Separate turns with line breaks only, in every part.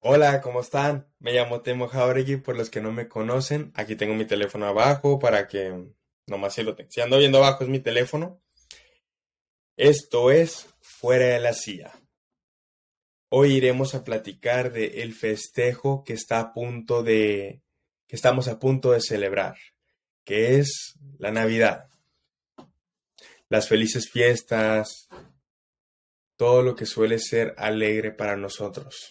Hola, ¿cómo están? Me llamo Temo Jauregui, por los que no me conocen. Aquí tengo mi teléfono abajo para que nomás si ando viendo abajo es mi teléfono. Esto es Fuera de la Silla. Hoy iremos a platicar de el festejo que estamos a punto de celebrar, que es la Navidad. Las felices fiestas, todo lo que suele ser alegre para nosotros.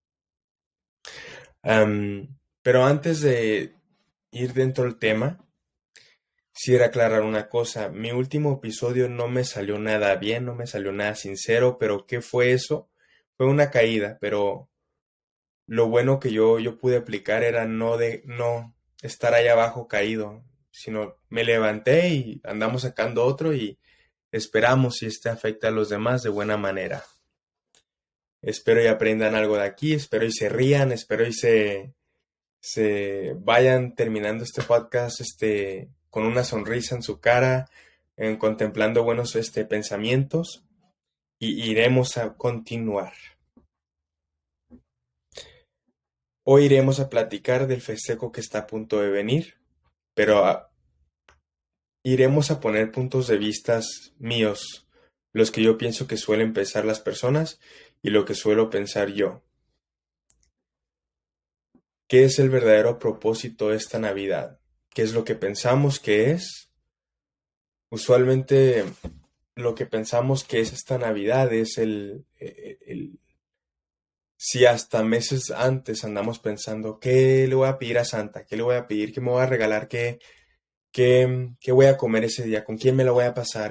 Pero antes de ir dentro del tema, quisiera aclarar una cosa. Mi último episodio no me salió nada bien, no me salió nada sincero, pero ¿qué fue eso? Fue una caída, pero lo bueno que yo pude aplicar era no estar ahí abajo caído, sino me levanté y andamos sacando otro y esperamos si este afecta a los demás de buena manera. Espero y aprendan algo de aquí, espero y se rían, espero y se vayan terminando este podcast con una sonrisa en su cara, contemplando buenos pensamientos y iremos a continuar. Hoy iremos a platicar del festejo que está a punto de venir, pero iremos a poner puntos de vista míos, los que yo pienso que suelen pensar las personas y lo que suelo pensar yo. ¿Qué es el verdadero propósito de esta Navidad? ¿Qué es lo que pensamos que es? Usualmente lo que pensamos que es esta Navidad es si hasta meses antes andamos pensando, ¿qué le voy a pedir a Santa? ¿Qué le voy a pedir? ¿Qué me voy a regalar? ¿Qué voy a comer ese día? ¿Con quién me la voy a pasar?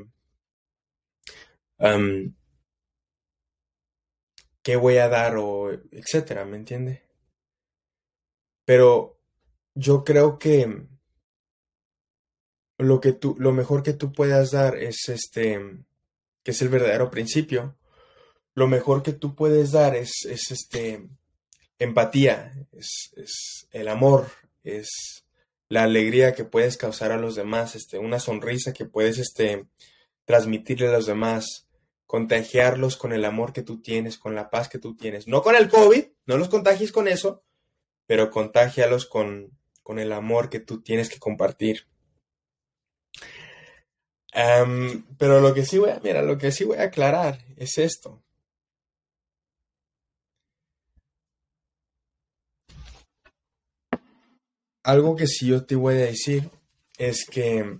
Am, ¿Qué voy a dar? O etcétera, ¿me entiende? Pero yo creo que lo mejor que tú puedas dar es que es el verdadero principio. Lo mejor que tú puedes dar es empatía, es el amor, es la alegría que puedes causar a los demás, una sonrisa que puedes transmitirle a los demás, contagiarlos con el amor que tú tienes, con la paz que tú tienes. No con el COVID, no los contagies con eso, pero contágialos con el amor que tú tienes que compartir. Pero lo que sí voy a aclarar es esto. Algo que sí yo te voy a decir es que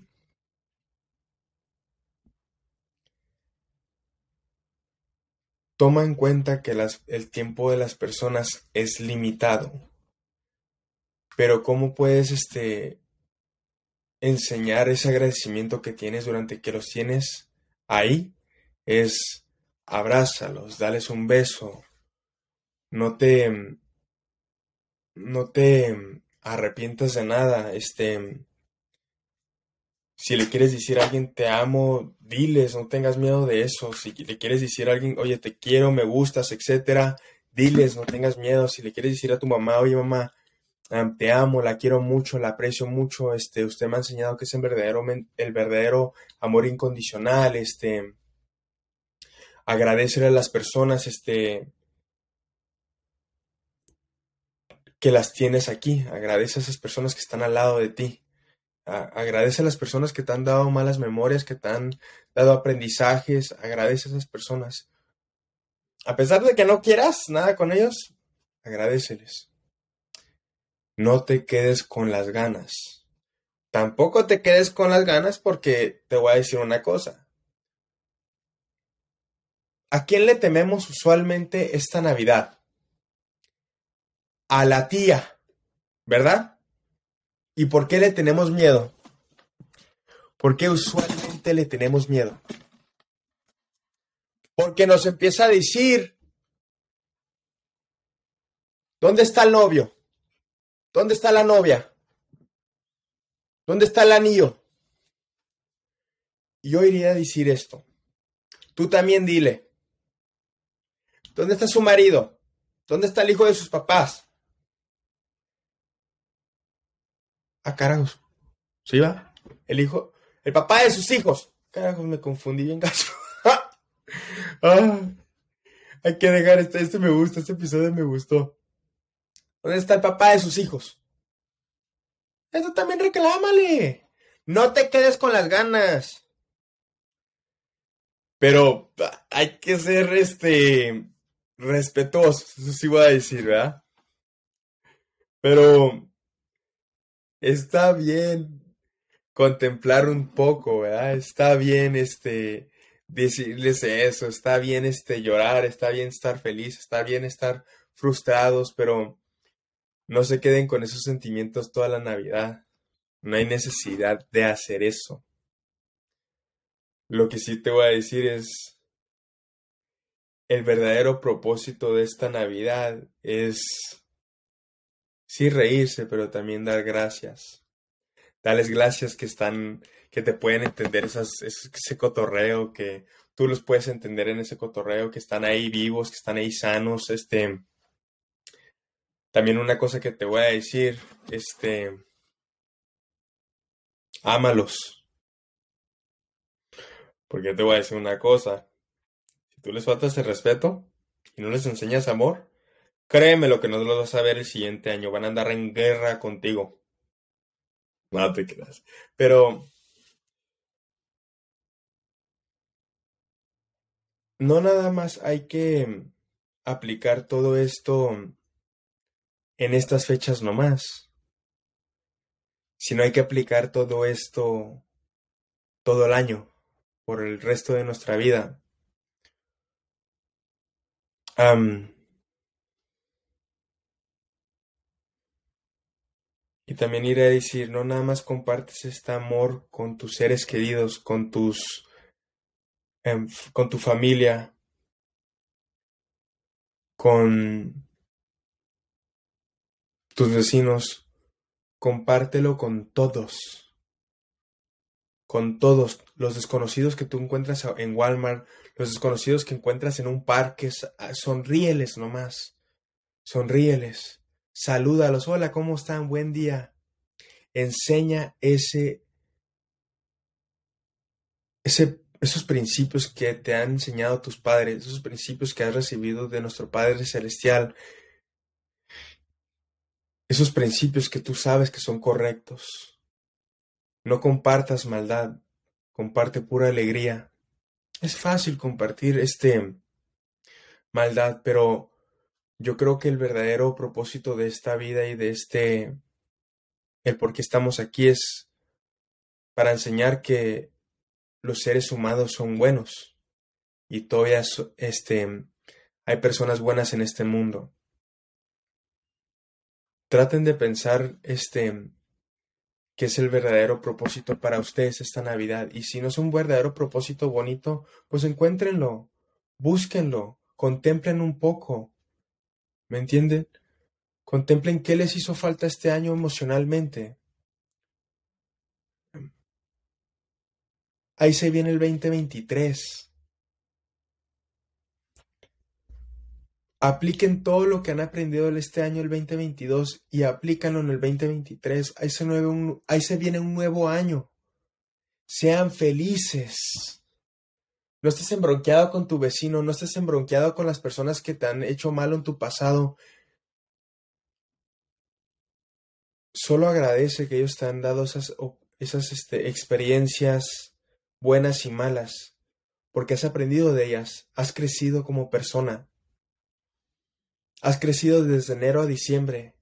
toma en cuenta que el tiempo de las personas es limitado, pero ¿cómo puedes enseñar ese agradecimiento que tienes durante que los tienes ahí? Es abrázalos, dales un beso, no te, no te arrepientas de nada, si le quieres decir a alguien te amo, diles, no tengas miedo de eso. Si le quieres decir a alguien, oye, te quiero, me gustas, etcétera, diles, no tengas miedo. Si le quieres decir a tu mamá, oye, mamá, te amo, la quiero mucho, la aprecio mucho, usted me ha enseñado que es el verdadero amor incondicional, agradecerle a las personas, que las tienes aquí, agradece a esas personas que están al lado de ti. Agradece a las personas que te han dado malas memorias, que te han dado aprendizajes. Agradece a esas personas. A pesar de que no quieras nada con ellos, agradeceles. No te quedes con las ganas. Tampoco te quedes con las ganas porque te voy a decir una cosa. ¿A quién le tememos usualmente esta Navidad? A la tía, ¿verdad? ¿Y por qué le tenemos miedo? ¿Por qué usualmente le tenemos miedo? Porque nos empieza a decir, ¿dónde está el novio? ¿Dónde está la novia? ¿Dónde está el anillo? Y yo iría a decir esto. Tú también dile. ¿Dónde está su marido? ¿Dónde está el hijo de sus papás? Ah, carajos. ¿Sí va? El hijo. El papá de sus hijos. Carajos, me confundí bien gacho. Ah, Hay que dejar este me gusta, este episodio me gustó. ¿Dónde está el papá de sus hijos? Eso también reclámale. No te quedes con las ganas. Pero hay que ser respetuosos, eso sí voy a decir, ¿verdad? Pero está bien contemplar un poco, ¿verdad? Está bien decirles eso, está bien llorar, está bien estar feliz, está bien estar frustrados, pero no se queden con esos sentimientos toda la Navidad. No hay necesidad de hacer eso. Lo que sí te voy a decir es, el verdadero propósito de esta Navidad es sí reírse, pero también dar gracias. Darles gracias que te pueden entender ese cotorreo, que tú los puedes entender en ese cotorreo, que están ahí vivos, que están ahí sanos. También una cosa que te voy a decir, ámalos. Porque te voy a decir una cosa. Si tú les faltas el respeto y no les enseñas amor, créeme lo que no los vas a ver el siguiente año. Van a andar en guerra contigo. No te creas. Pero no nada más hay que aplicar todo esto en estas fechas nomás, sino hay que aplicar todo esto todo el año, por el resto de nuestra vida. Am, y también iré a decir, no nada más compartes este amor con tus seres queridos, con tu familia, con tus vecinos, compártelo con todos los desconocidos que tú encuentras en Walmart, los desconocidos que encuentras en un parque, sonríeles nomás, sonríeles, salúdalos, hola, ¿cómo están? Buen día. Enseña esos principios que te han enseñado tus padres, esos principios que has recibido de nuestro Padre Celestial, esos principios que tú sabes que son correctos. No compartas maldad, comparte pura alegría. Es fácil compartir maldad, pero yo creo que el verdadero propósito de esta vida y de el por qué estamos aquí es para enseñar que los seres humanos son buenos y todavía hay personas buenas en este mundo. Traten de pensar qué es el verdadero propósito para ustedes esta Navidad, y si no es un verdadero propósito bonito, pues encuéntrenlo, búsquenlo, contemplen un poco, ¿me entienden? Contemplen qué les hizo falta este año emocionalmente. Ahí se viene el 2023. Apliquen todo lo que han aprendido este año, el 2022, y aplícanlo en el 2023. Ahí se viene un nuevo año. Sean felices. No estés embronqueado con tu vecino, no estés embronqueado con las personas que te han hecho malo en tu pasado. Solo agradece que ellos te han dado esas experiencias buenas y malas, porque has aprendido de ellas, has crecido como persona, has crecido desde enero a diciembre.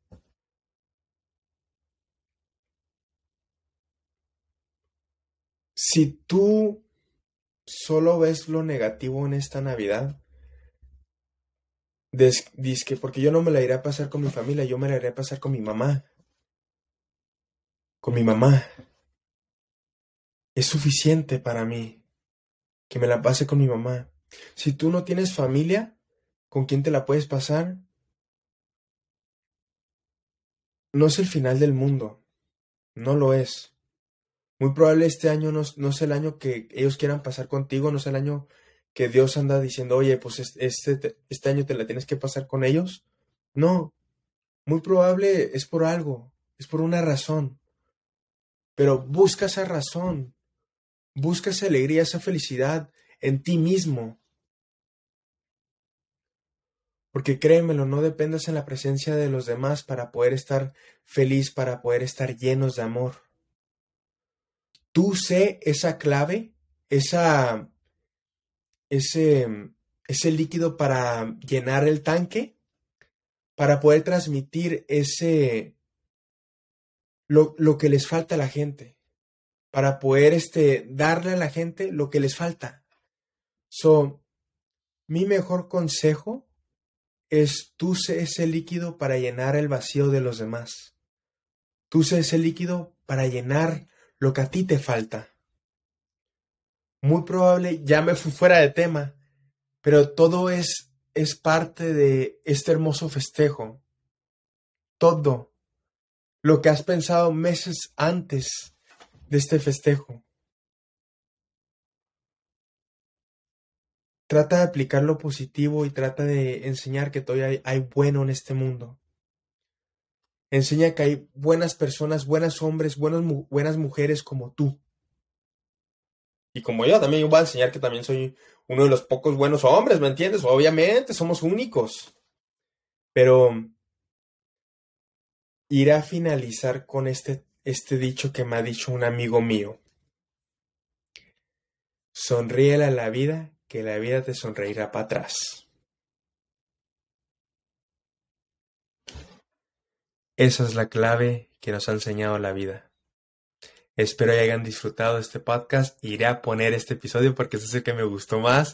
Si tú solo ves lo negativo en esta Navidad, dizque porque yo no me la iré a pasar con mi familia, yo me la iré a pasar con mi mamá. Con mi mamá. Es suficiente para mí que me la pase con mi mamá. Si tú no tienes familia, ¿con quién te la puedes pasar? No es el final del mundo, no lo es. Muy probable este año no es el año que ellos quieran pasar contigo, no es el año que Dios anda diciendo, oye, pues este año te la tienes que pasar con ellos. No, muy probable es por algo, es por una razón. Pero busca esa razón, busca esa alegría, esa felicidad en ti mismo. Porque créemelo, no dependas en la presencia de los demás para poder estar feliz, para poder estar llenos de amor. Tú sé esa clave, esa, ese, ese líquido para llenar el tanque, para poder transmitir lo que les falta a la gente, para poder darle a la gente lo que les falta. Mi mejor consejo es tú sé ese líquido para llenar el vacío de los demás. Tú sé ese líquido para llenar lo que a ti te falta. Muy probable, ya me fui fuera de tema, pero todo es parte de este hermoso festejo. Todo lo que has pensado meses antes de este festejo. Trata de aplicar lo positivo y trata de enseñar que todavía hay bueno en este mundo. Enseña que hay buenas personas, buenos hombres, buenas mujeres como tú. Y como yo, también voy a enseñar que también soy uno de los pocos buenos hombres, ¿me entiendes? Obviamente, somos únicos. Pero iré a finalizar con este dicho que me ha dicho un amigo mío. Sonríele a la vida, que la vida te sonreirá para atrás. Esa es la clave que nos ha enseñado la vida. Espero que hayan disfrutado este podcast. Iré a poner este episodio porque ese es el que me gustó más.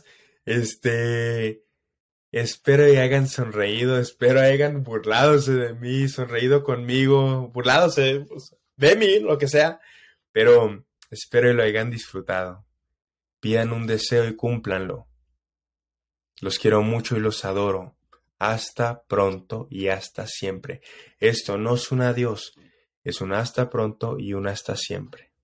Espero que hayan sonreído, espero que hayan burladose de mí, sonreído conmigo, burladose pues, de mí, lo que sea. Pero espero que lo hayan disfrutado. Pidan un deseo y cúmplanlo. Los quiero mucho y los adoro. Hasta pronto y hasta siempre. Esto no es un adiós, es un hasta pronto y un hasta siempre.